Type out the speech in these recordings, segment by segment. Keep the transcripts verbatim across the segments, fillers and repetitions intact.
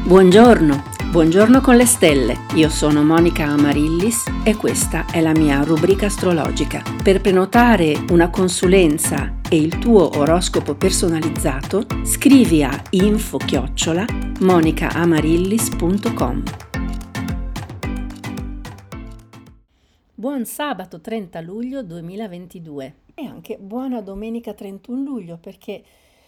Buongiorno, buongiorno con le stelle. Io sono Monica Amarillis e questa è la mia rubrica astrologica. Per prenotare una consulenza e il tuo oroscopo personalizzato, scrivi a info chiocciola monicamarillis punto com. Buon sabato trenta luglio duemilaventidue e anche buona domenica trentuno luglio, perché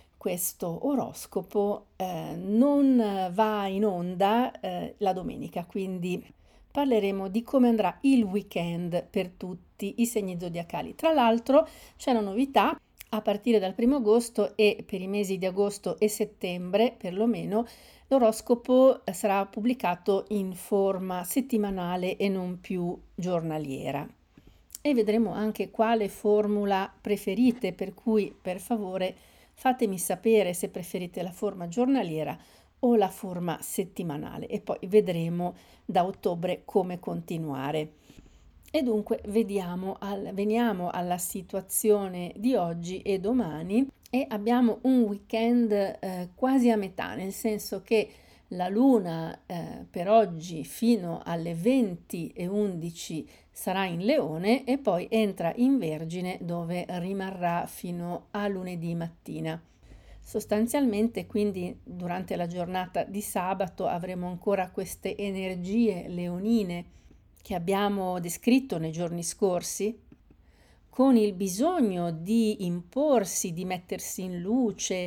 questo oroscopo eh, non va in onda eh, la domenica, quindi parleremo di come andrà il weekend per tutti i segni zodiacali. Tra l'altro c'è una novità: a partire dal primo agosto e per i mesi di agosto e settembre perlomeno l'oroscopo sarà pubblicato in forma settimanale e non più giornaliera. E vedremo anche quale formula preferite, per cui per favore fatemi sapere se preferite la forma giornaliera o la forma settimanale e poi vedremo da ottobre come continuare. E dunque vediamo al, veniamo alla situazione di oggi e domani, e abbiamo un weekend eh, quasi a metà, nel senso che la luna eh, per oggi fino alle venti e undici sarà in Leone e poi entra in Vergine, dove rimarrà fino a lunedì mattina. Sostanzialmente, quindi, durante la giornata di sabato avremo ancora queste energie leonine che abbiamo descritto nei giorni scorsi, con il bisogno di imporsi, di mettersi in luce,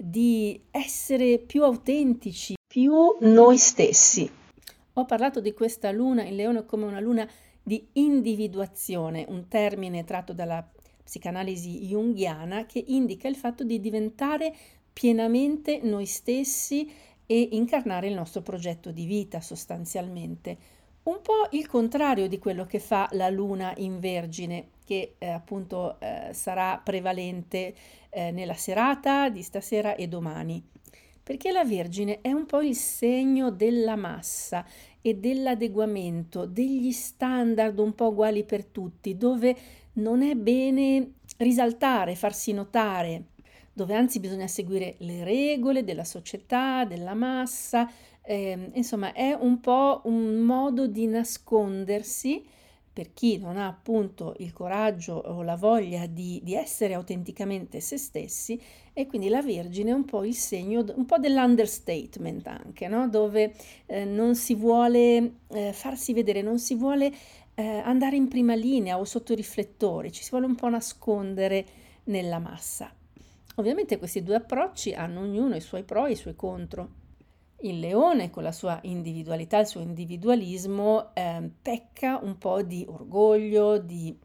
di essere più autentici, più noi stessi. Ho parlato di questa luna in Leone come una luna di individuazione, un termine tratto dalla psicanalisi junghiana che indica il fatto di diventare pienamente noi stessi e incarnare il nostro progetto di vita, sostanzialmente. Un po' il contrario di quello che fa la luna in Vergine, che eh, appunto eh, sarà prevalente eh, nella serata di stasera e domani. Perché la Vergine è un po' il segno della massa e dell'adeguamento, degli standard un po' uguali per tutti, dove non è bene risaltare, farsi notare, dove anzi bisogna seguire le regole della società, della massa, eh, insomma è un po' un modo di nascondersi per chi non ha appunto il coraggio o la voglia di, di essere autenticamente se stessi. E quindi la Vergine è un po' il segno, un po' dell'understatement anche, no? Dove eh, non si vuole eh, farsi vedere, non si vuole eh, andare in prima linea o sotto i riflettori, ci si vuole un po' nascondere nella massa. Ovviamente questi due approcci hanno ognuno i suoi pro e i suoi contro. Il leone, con la sua individualità, il suo individualismo, eh, pecca un po' di orgoglio, di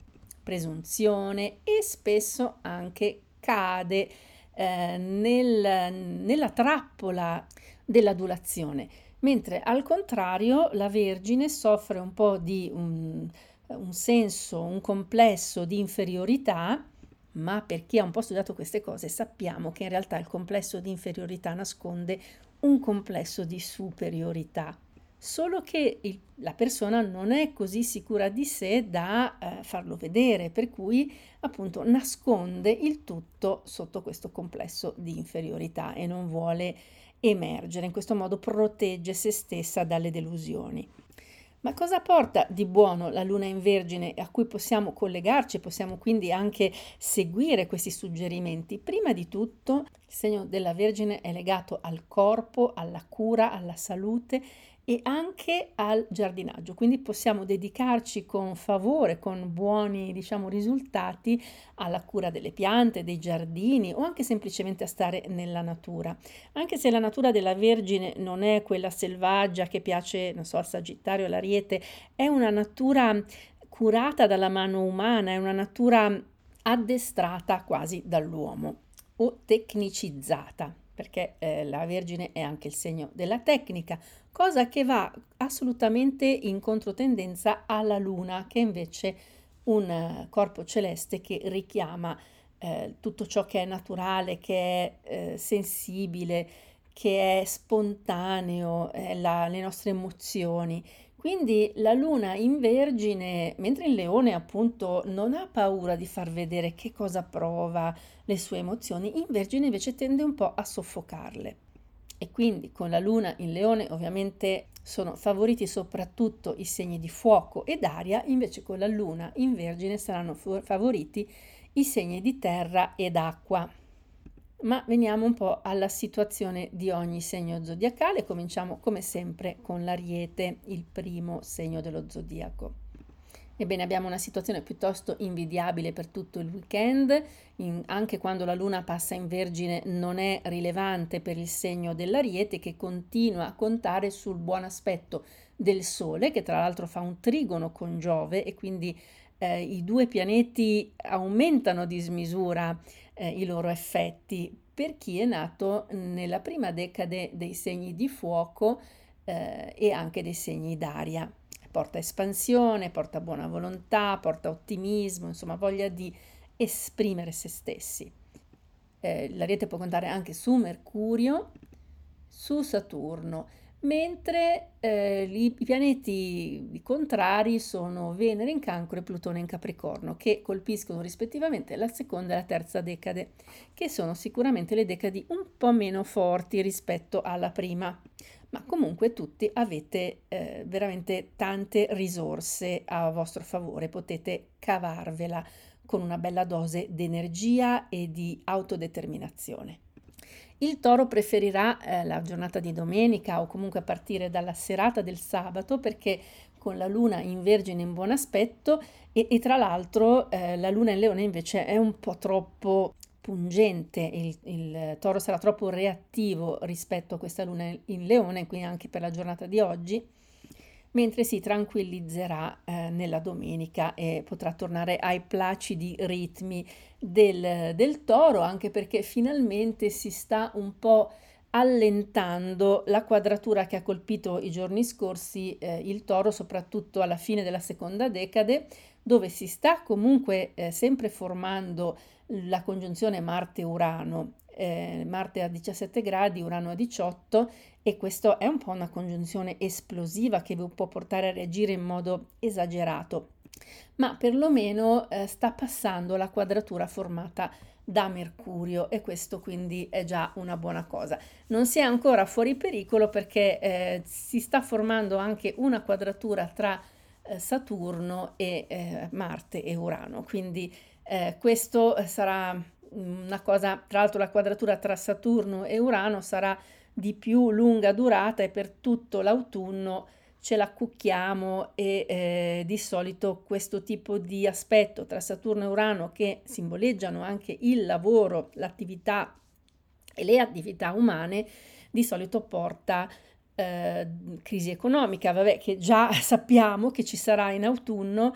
presunzione e spesso anche cade eh, nel, nella trappola dell'adulazione, mentre al contrario la Vergine soffre un po' di un, un senso, un complesso di inferiorità. Ma per chi ha un po' studiato queste cose sappiamo che in realtà il complesso di inferiorità nasconde un complesso di superiorità, solo che il, la persona non è così sicura di sé da eh, farlo vedere, per cui appunto nasconde il tutto sotto questo complesso di inferiorità e non vuole emergere. In questo modo protegge se stessa dalle delusioni. Ma cosa porta di buono la luna in Vergine, a cui possiamo collegarci, possiamo quindi anche seguire questi suggerimenti? Prima di tutto, il segno della Vergine è legato al corpo, alla cura, alla salute e anche al giardinaggio, quindi possiamo dedicarci con favore, con buoni, diciamo, risultati alla cura delle piante, dei giardini o anche semplicemente a stare nella natura. Anche se la natura della Vergine non è quella selvaggia che piace, non so, al Sagittario e all'Ariete, è una natura curata dalla mano umana, è una natura addestrata quasi dall'uomo o tecnicizzata, perché eh, la Vergine è anche il segno della tecnica, cosa che va assolutamente in controtendenza alla Luna, che è invece un uh, corpo celeste che richiama eh, tutto ciò che è naturale, che è eh, sensibile, che è spontaneo, è la, le nostre emozioni. Quindi la luna in Vergine, mentre il leone appunto non ha paura di far vedere che cosa prova, le sue emozioni, in Vergine invece tende un po' a soffocarle. e quindi con la luna in Leone ovviamente sono favoriti soprattutto i segni di fuoco ed aria, invece con la luna in Vergine saranno favoriti i segni di terra ed acqua. Ma veniamo un po' alla situazione di ogni segno zodiacale. Cominciamo come sempre con l'Ariete, il primo segno dello zodiaco. Ebbene, abbiamo una situazione piuttosto invidiabile per tutto il weekend, in, anche quando la luna passa in Vergine non è rilevante per il segno dell'Ariete, che continua a contare sul buon aspetto del Sole, che tra l'altro fa un trigono con Giove e quindi eh, i due pianeti aumentano di smisura eh, i loro effetti per chi è nato nella prima decade dei segni di fuoco eh, e anche dei segni d'aria. Porta espansione, porta buona volontà, porta ottimismo, insomma voglia di esprimere se stessi. Eh, l'Ariete può contare anche su Mercurio, su Saturno, mentre eh, i, i pianeti contrari sono Venere in Cancro e Plutone in Capricorno, che colpiscono rispettivamente la seconda e la terza decade, che sono sicuramente le decadi un po' meno forti rispetto alla prima. Ma comunque tutti avete eh, veramente tante risorse a vostro favore, potete cavarvela con una bella dose di energia e di autodeterminazione. Il Toro preferirà eh, la giornata di domenica o comunque a partire dalla serata del sabato perché con la luna in Vergine in buon aspetto e, e tra l'altro eh, la luna in Leone invece è un po' troppo pungente, il, il Toro sarà troppo reattivo rispetto a questa luna in Leone, quindi anche per la giornata di oggi, mentre si tranquillizzerà eh, nella domenica e potrà tornare ai placidi ritmi del, del Toro, anche perché finalmente si sta un po' allentando la quadratura che ha colpito i giorni scorsi eh, il Toro, soprattutto alla fine della seconda decade, dove si sta comunque eh, sempre formando la congiunzione Marte-Urano, eh, Marte a diciassette gradi, Urano a diciotto, e questo è un po' una congiunzione esplosiva che vi può portare a reagire in modo esagerato, ma perlomeno eh, sta passando la quadratura formata da Mercurio e questo quindi è già una buona cosa. Non si è ancora fuori pericolo perché eh, si sta formando anche una quadratura tra eh, Saturno e eh, Marte e Urano, quindi eh, questo sarà una cosa, tra l'altro la quadratura tra Saturno e Urano sarà di più lunga durata e per tutto l'autunno ce la cucchiamo e eh, di solito questo tipo di aspetto tra Saturno e Urano che simboleggiano anche il lavoro, l'attività e le attività umane di solito porta eh, crisi economica, vabbè, che già sappiamo che ci sarà in autunno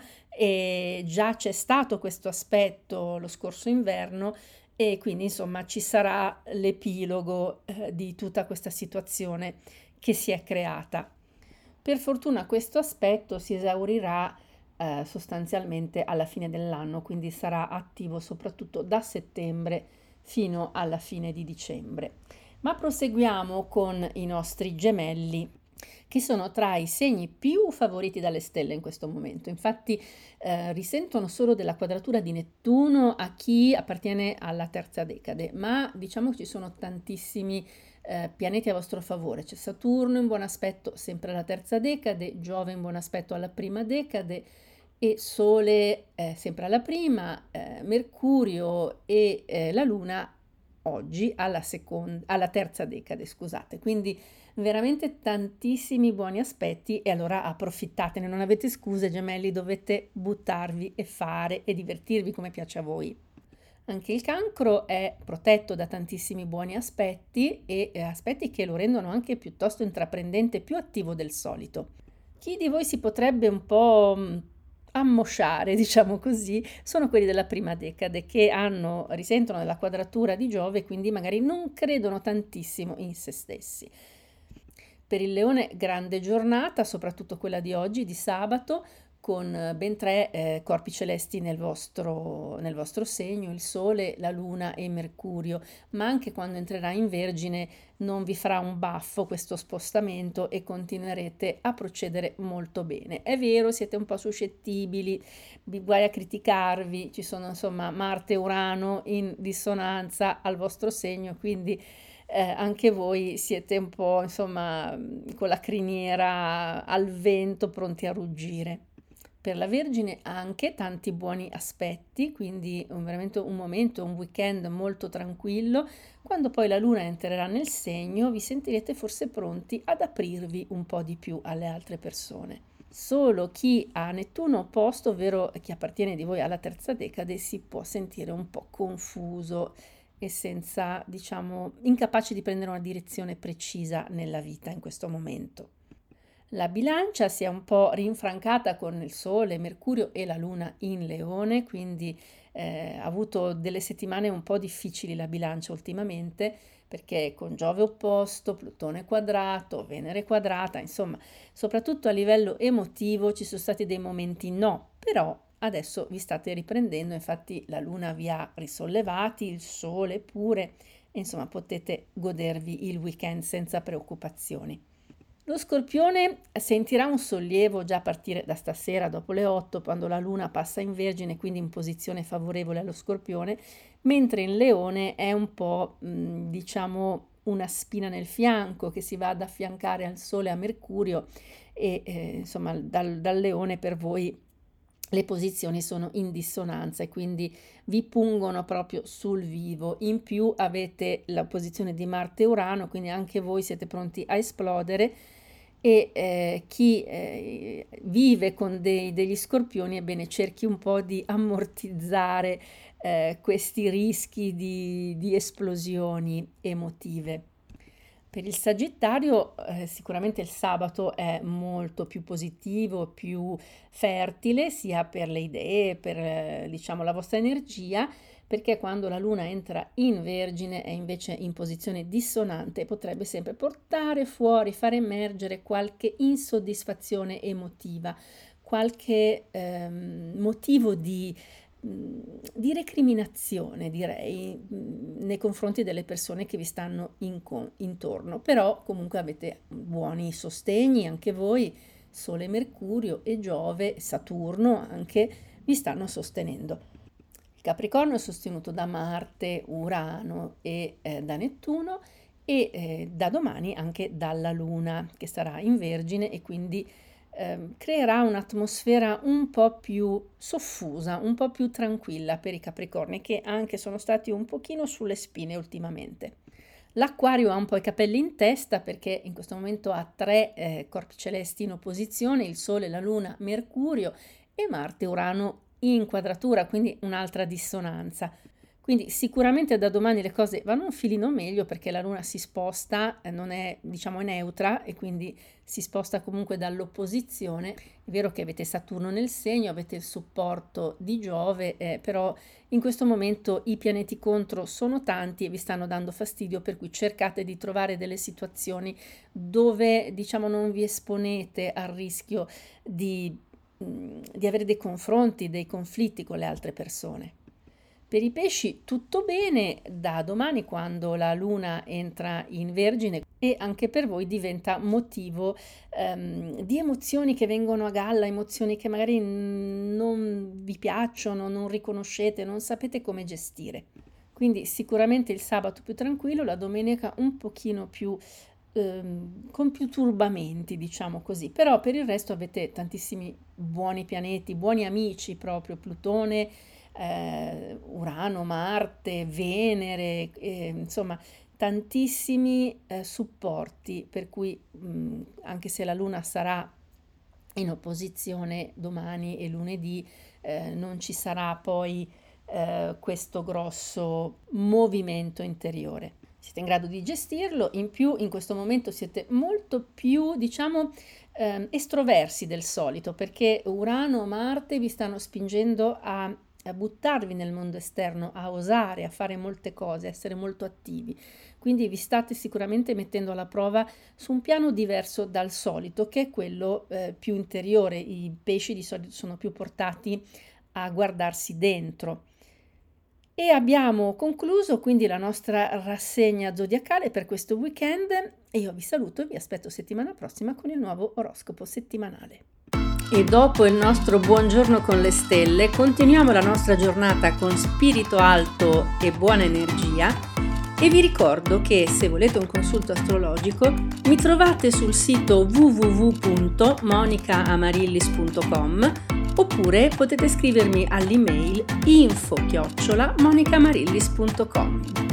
e già c'è stato questo aspetto lo scorso inverno e quindi insomma ci sarà l'epilogo eh, di tutta questa situazione che si è creata. Per fortuna questo aspetto si esaurirà eh, sostanzialmente alla fine dell'anno, quindi sarà attivo soprattutto da settembre fino alla fine di dicembre. Ma proseguiamo con i nostri gemelli, che sono tra i segni più favoriti dalle stelle in questo momento. Infatti eh, risentono solo della quadratura di Nettuno a chi appartiene alla terza decade, ma diciamo che ci sono tantissimi eh, pianeti a vostro favore. C'è Saturno in buon aspetto sempre alla terza decade, Giove in buon aspetto alla prima decade e Sole eh, sempre alla prima, eh, Mercurio e eh, la Luna oggi alla, seconda, alla terza decade, scusate. Quindi veramente tantissimi buoni aspetti e allora approfittatene, non avete scuse gemelli, dovete buttarvi e fare e divertirvi come piace a voi. Anche il Cancro è protetto da tantissimi buoni aspetti e eh, aspetti che lo rendono anche piuttosto intraprendente, più attivo del solito. Chi di voi si potrebbe un po' mh, ammosciare, diciamo così, sono quelli della prima decade che hanno, risentono della quadratura di Giove e quindi magari non credono tantissimo in se stessi. Per il Leone grande giornata, soprattutto quella di oggi, di sabato, con ben tre eh, corpi celesti nel vostro, nel vostro segno, il Sole, la Luna e Mercurio, ma anche quando entrerà in Vergine non vi farà un baffo questo spostamento e continuerete a procedere molto bene. È vero, siete un po' suscettibili, vi guai a criticarvi, ci sono insomma Marte e Urano in dissonanza al vostro segno, quindi eh, anche voi siete un po', insomma, con la criniera al vento, pronti a ruggire. Per la Vergine anche tanti buoni aspetti, quindi un, veramente un momento, un weekend molto tranquillo. Quando poi la Luna entrerà nel segno, vi sentirete forse pronti ad aprirvi un po' di più alle altre persone. Solo chi ha Nettuno opposto, ovvero chi appartiene di voi alla terza decade, si può sentire un po' confuso e senza, diciamo, incapace di prendere una direzione precisa nella vita in questo momento. La bilancia si è un po' rinfrancata con il Sole, Mercurio e la Luna in Leone, quindi eh, ha avuto delle settimane un po' difficili la bilancia ultimamente, perché con Giove opposto, Plutone quadrato, Venere quadrata, insomma, soprattutto a livello emotivo ci sono stati dei momenti no, però adesso vi state riprendendo, infatti la Luna vi ha risollevati, il Sole pure, e insomma potete godervi il weekend senza preoccupazioni. Lo Scorpione sentirà un sollievo già a partire da stasera dopo le otto, quando la Luna passa in Vergine, quindi in posizione favorevole allo Scorpione, mentre in Leone è un po', mh, diciamo, una spina nel fianco che si va ad affiancare al Sole e a Mercurio e eh, insomma dal, dal Leone per voi le posizioni sono in dissonanza e quindi vi pungono proprio sul vivo. In più avete la posizione di Marte e Urano, quindi anche voi siete pronti a esplodere e eh, chi eh, vive con dei, degli scorpioni, ebbene cerchi un po' di ammortizzare eh, questi rischi di, di esplosioni emotive. Per il Sagittario eh, sicuramente il sabato è molto più positivo, più fertile sia per le idee, per eh, diciamo la vostra energia, perché quando la Luna entra in Vergine è invece in posizione dissonante e potrebbe sempre portare fuori, far emergere qualche insoddisfazione emotiva, qualche ehm, motivo di di recriminazione, direi, nei confronti delle persone che vi stanno in, intorno, però comunque avete buoni sostegni, anche voi, Sole, Mercurio e Giove, Saturno anche vi stanno sostenendo. Il Capricorno è sostenuto da Marte, Urano e eh, da Nettuno e eh, da domani anche dalla Luna che sarà in Vergine e quindi Eh, creerà un'atmosfera un po' più soffusa, un po' più tranquilla per i Capricorni che anche sono stati un pochino sulle spine ultimamente. L'Acquario ha un po' i capelli in testa perché in questo momento ha tre eh, corpi celesti in opposizione, il Sole, la Luna, Mercurio e Marte, Urano in quadratura, quindi un'altra dissonanza. Quindi sicuramente da domani le cose vanno un filino meglio perché la Luna si sposta, eh, non è diciamo neutra e quindi si sposta comunque dall'opposizione. È vero che avete Saturno nel segno, avete il supporto di Giove, eh, però in questo momento i pianeti contro sono tanti e vi stanno dando fastidio, per cui cercate di trovare delle situazioni dove diciamo non vi esponete al rischio di, di avere dei confronti, dei conflitti con le altre persone. Per i pesci tutto bene, da domani quando la Luna entra in Vergine e anche per voi diventa motivo ehm, di emozioni che vengono a galla, emozioni che magari non vi piacciono, non riconoscete, non sapete come gestire. Quindi sicuramente il sabato più tranquillo, la domenica un pochino più ehm, con più turbamenti, diciamo così, però per il resto avete tantissimi buoni pianeti, buoni amici proprio, Plutone, eh, Urano, Marte, Venere, eh, insomma tantissimi eh, supporti, per cui mh, anche se la Luna sarà in opposizione domani e lunedì, eh, non ci sarà poi eh, questo grosso movimento interiore. Siete in grado di gestirlo, in più in questo momento siete molto più, diciamo, eh, estroversi del solito, perché Urano, Marte vi stanno spingendo a a buttarvi nel mondo esterno, a osare, a fare molte cose, a essere molto attivi. Quindi vi state sicuramente mettendo alla prova su un piano diverso dal solito, che è quello eh, più interiore. I pesci di solito sono più portati a guardarsi dentro. E abbiamo concluso quindi la nostra rassegna zodiacale per questo weekend e io vi saluto e vi aspetto settimana prossima con il nuovo oroscopo settimanale. E dopo il nostro buongiorno con le stelle, continuiamo la nostra giornata con spirito alto e buona energia E vi ricordo che se volete un consulto astrologico mi trovate sul sito w w w punto monica amarillis punto com oppure potete scrivermi all'email info chiocciola monica amarillis punto com.